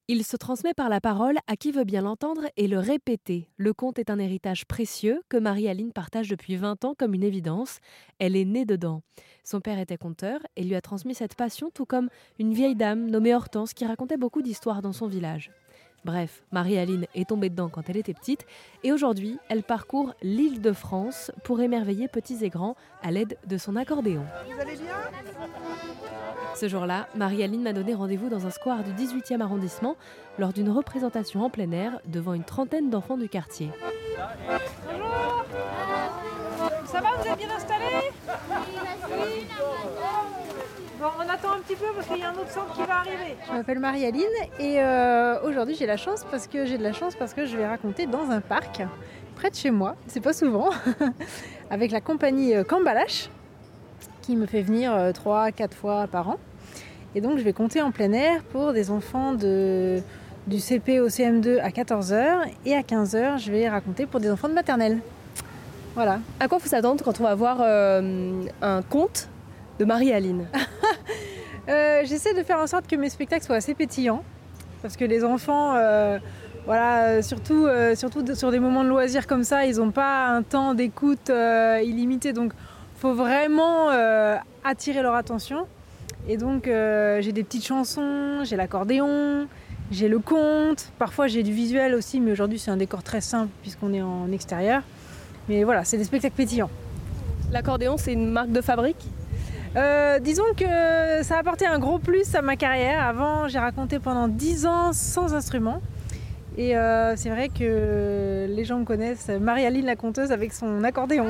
Il se transmet par la parole à qui veut bien l'entendre et le répéter. Le conte est un héritage précieux que Marie-Aline partage depuis 20 ans comme une évidence. Elle est née dedans. Son père était conteur et lui a transmis cette passion, tout comme une vieille dame nommée Hortense qui racontait beaucoup d'histoires dans son village. Bref, Marie-Aline est tombée dedans quand elle était petite et aujourd'hui, elle parcourt l'Île-de-France pour émerveiller petits et grands à l'aide de son accordéon. Vous allez bien ? Ce jour-là, Marie-Aline m'a donné rendez-vous dans un square du 18e arrondissement lors d'une représentation en plein air devant une trentaine d'enfants du quartier. Bonjour. Ça va, vous êtes bien installés ? Oui. Bon, on attend un petit peu parce qu'il y a un autre centre qui va arriver. Je m'appelle Marie-Aline et aujourd'hui j'ai de la chance parce que je vais raconter dans un parc près de chez moi, c'est pas souvent, avec la compagnie Cambalache qui me fait venir 3-4 fois par an. Et donc je vais conter en plein air pour des enfants du CP au CM2 à 14h et à 15h je vais raconter pour des enfants de maternelle. Voilà. À quoi faut s'attendre quand on va voir un conte de Marie-Aline ? J'essaie de faire en sorte que mes spectacles soient assez pétillants parce que les enfants, surtout sur des moments de loisirs comme ça, ils n'ont pas un temps d'écoute illimité, donc il faut vraiment attirer leur attention. Et donc j'ai des petites chansons, j'ai l'accordéon, j'ai le conte, parfois j'ai du visuel aussi, mais aujourd'hui c'est un décor très simple puisqu'on est en extérieur. Mais voilà, c'est des spectacles pétillants. L'accordéon, c'est une marque de fabrique ? Disons que ça a apporté un gros plus à ma carrière. Avant, j'ai raconté pendant 10 ans sans instrument. Et c'est vrai que les gens me connaissent, Marie-Aline la conteuse avec son accordéon.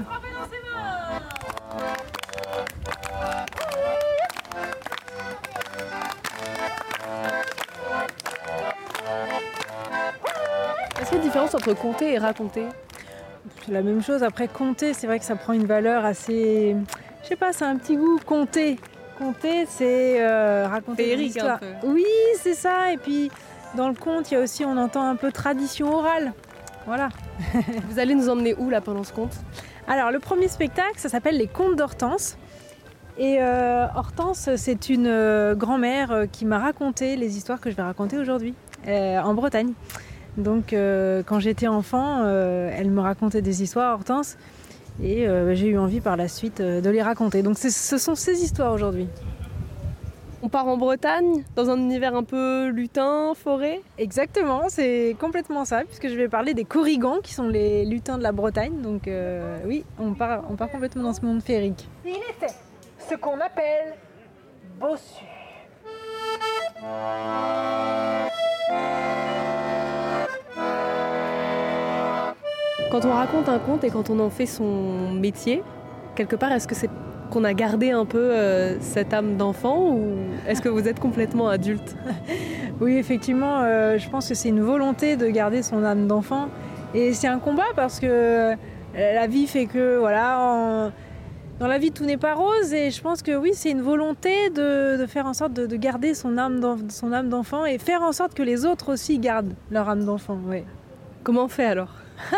Est-ce qu'il y a une différence entre conter et raconter ? C'est la même chose. Après, conter, c'est vrai que ça prend une valeur assez... Je sais pas, c'est un petit goût. Conter, c'est raconter féerique, des histoires. un peu. Oui, c'est ça. Et puis, dans le conte, il y a aussi, on entend un peu tradition orale. Voilà. Vous allez nous emmener où là pendant ce conte ? Alors, le premier spectacle, ça s'appelle Les Contes d'Hortense. Et Hortense, c'est une grand-mère qui m'a raconté les histoires que je vais raconter aujourd'hui en Bretagne. Donc, quand j'étais enfant, elle me racontait des histoires, Hortense. Et j'ai eu envie par la suite de les raconter. Donc ce sont ces histoires aujourd'hui. On part en Bretagne, dans un univers un peu lutin, forêt ? Exactement, c'est complètement ça, puisque je vais parler des Korrigans, qui sont les lutins de la Bretagne. Donc oui, on part complètement dans ce monde féerique. Il était ce qu'on appelle bossu. Quand on raconte un conte et quand on en fait son métier, quelque part, est-ce que c'est qu'on a gardé un peu cette âme d'enfant ou est-ce que vous êtes complètement adulte ? Oui, effectivement, je pense que c'est une volonté de garder son âme d'enfant. Et c'est un combat parce que la vie fait que, voilà, dans la vie, tout n'est pas rose. Et je pense que oui, c'est une volonté de faire en sorte de garder son âme d'enfant et faire en sorte que les autres aussi gardent leur âme d'enfant. Ouais. Comment on fait alors ?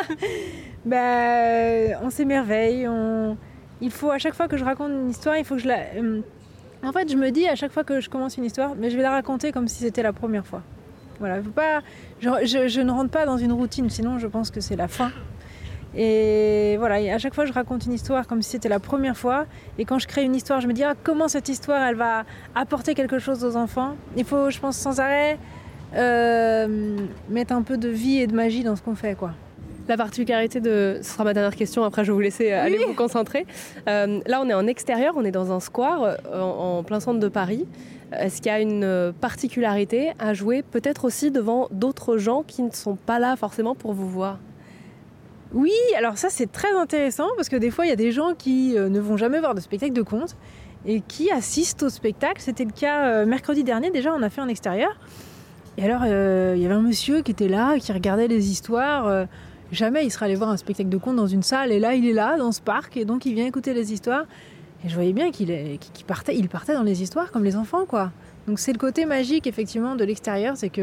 On s'émerveille, il faut à chaque fois que je raconte une histoire, il faut que en fait, je me dis à chaque fois que je commence une histoire, mais je vais la raconter comme si c'était la première fois. Voilà, faut pas, je ne rentre pas dans une routine, sinon je pense que c'est la fin. Et voilà, à chaque fois je raconte une histoire comme si c'était la première fois. Et quand je crée une histoire, je me dis comment cette histoire elle va apporter quelque chose aux enfants. Il faut, je pense, sans arrêt mettre un peu de vie et de magie dans ce qu'on fait, quoi. La particularité ce sera ma dernière question, après je vais vous laisser aller vous concentrer. Là on est en extérieur, on est dans un square en plein centre de Paris. Est-ce qu'il y a une particularité à jouer peut-être aussi devant d'autres gens qui ne sont pas là forcément pour vous voir ? Oui, alors ça c'est très intéressant parce que des fois il y a des gens qui ne vont jamais voir de spectacle de conte et qui assistent au spectacle. C'était le cas mercredi dernier, déjà on a fait en extérieur. Et alors il y avait un monsieur qui était là, qui regardait les histoires. Jamais il serait allé voir un spectacle de conte dans une salle et là il est là dans ce parc et donc il vient écouter les histoires et je voyais bien qu'il partait dans les histoires comme les enfants, quoi. Donc c'est le côté magique effectivement de l'extérieur, c'est que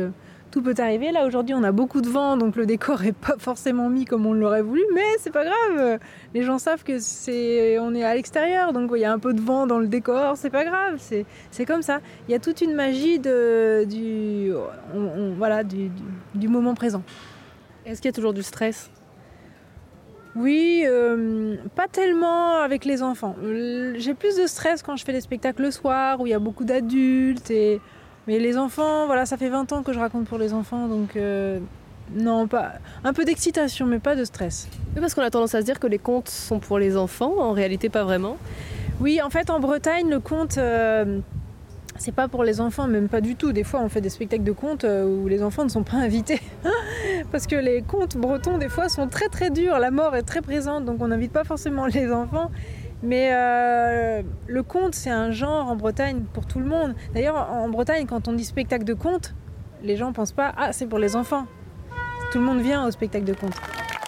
tout peut arriver. Là aujourd'hui on a beaucoup de vent, donc le décor est pas forcément mis comme on l'aurait voulu, mais c'est pas grave. Les gens savent que on est à l'extérieur, donc il y a un peu de vent dans le décor, c'est pas grave, c'est comme ça. Il y a toute une magie du moment présent. Est-ce qu'il y a toujours du stress ? Oui, pas tellement avec les enfants. J'ai plus de stress quand je fais des spectacles le soir où il y a beaucoup d'adultes. Mais les enfants, voilà, ça fait 20 ans que je raconte pour les enfants, donc non, pas. Un peu d'excitation, mais pas de stress. Oui, parce qu'on a tendance à se dire que les contes sont pour les enfants, en réalité pas vraiment. Oui, en fait, en Bretagne, le conte, c'est pas pour les enfants, même pas du tout. Des fois, on fait des spectacles de contes où les enfants ne sont pas invités. Parce que les contes bretons, des fois, sont très très durs. La mort est très présente, donc on n'invite pas forcément les enfants. Mais le conte, c'est un genre en Bretagne pour tout le monde. D'ailleurs, en Bretagne, quand on dit spectacle de conte, les gens ne pensent pas « Ah, c'est pour les enfants ». Tout le monde vient au spectacle de conte.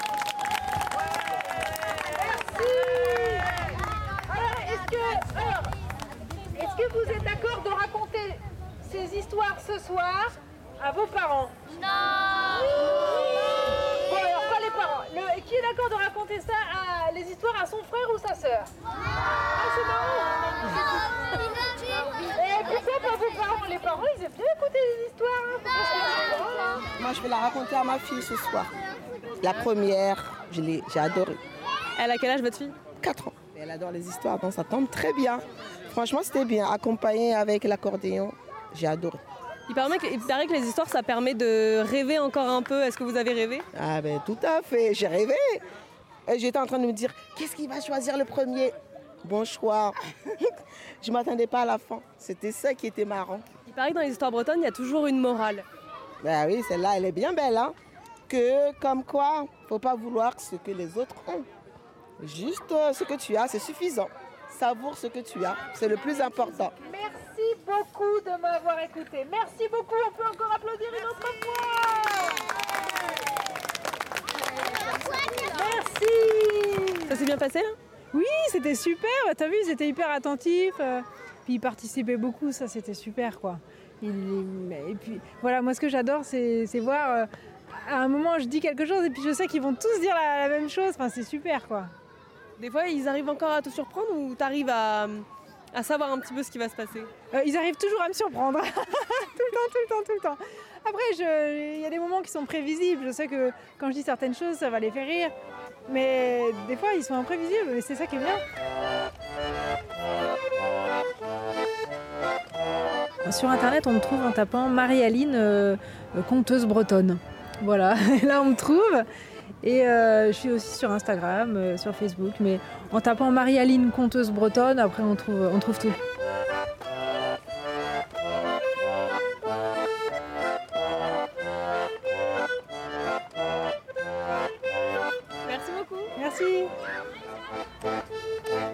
Est-ce que vous êtes d'accord de raconter ces histoires ce soir à vos parents? Non. Bon, alors pas les parents. Qui est d'accord de raconter ça les histoires à son frère ou sa sœur? Ah, c'est marrant. Et pourquoi pas vos parents? Les parents, ils aiment bien écouter les histoires. Moi, je vais la raconter à ma fille ce soir. La première, j'ai adoré. Elle a quel âge, votre fille ? 4 ans. Elle adore les histoires, donc ça tombe très bien. Franchement, c'était bien. Accompagné avec l'accordéon, j'ai adoré. Il paraît que les histoires, ça permet de rêver encore un peu. Est-ce que vous avez rêvé ? Ah ben tout à fait, j'ai rêvé. Et j'étais en train de me dire, qu'est-ce qu'il va choisir le premier? Bon choix. Je ne m'attendais pas à la fin. C'était ça qui était marrant. Il paraît que dans les histoires bretonnes, il y a toujours une morale. Ben oui, celle-là, elle est bien belle, hein. Que comme quoi, faut pas vouloir ce que les autres ont. Juste ce que tu as, c'est suffisant. Savoure ce que tu as, c'est le plus important. Merci beaucoup de m'avoir écouté. Merci beaucoup. On peut encore applaudir une autre fois. Merci. Ça s'est bien passé, là ? Oui, c'était super. T'as vu, ils étaient hyper attentifs. Puis ils participaient beaucoup, ça c'était super, quoi. Et puis voilà, moi ce que j'adore, c'est voir. À un moment, je dis quelque chose et puis je sais qu'ils vont tous dire la même chose. Enfin, c'est super, quoi. Des fois, ils arrivent encore à te surprendre ou t'arrives à savoir un petit peu ce qui va se passer ? Ils arrivent toujours à me surprendre. tout le temps. Après, il y a des moments qui sont prévisibles. Je sais que quand je dis certaines choses, ça va les faire rire. Mais des fois, ils sont imprévisibles. Et c'est ça qui est bien. Sur Internet, on me trouve en tapant Marie-Aline, conteuse bretonne. Voilà, et là on me trouve. Et je suis aussi sur Instagram, sur Facebook. Mais en tapant Marie-Aline, conteuse bretonne, après on trouve tout. Merci beaucoup. Merci.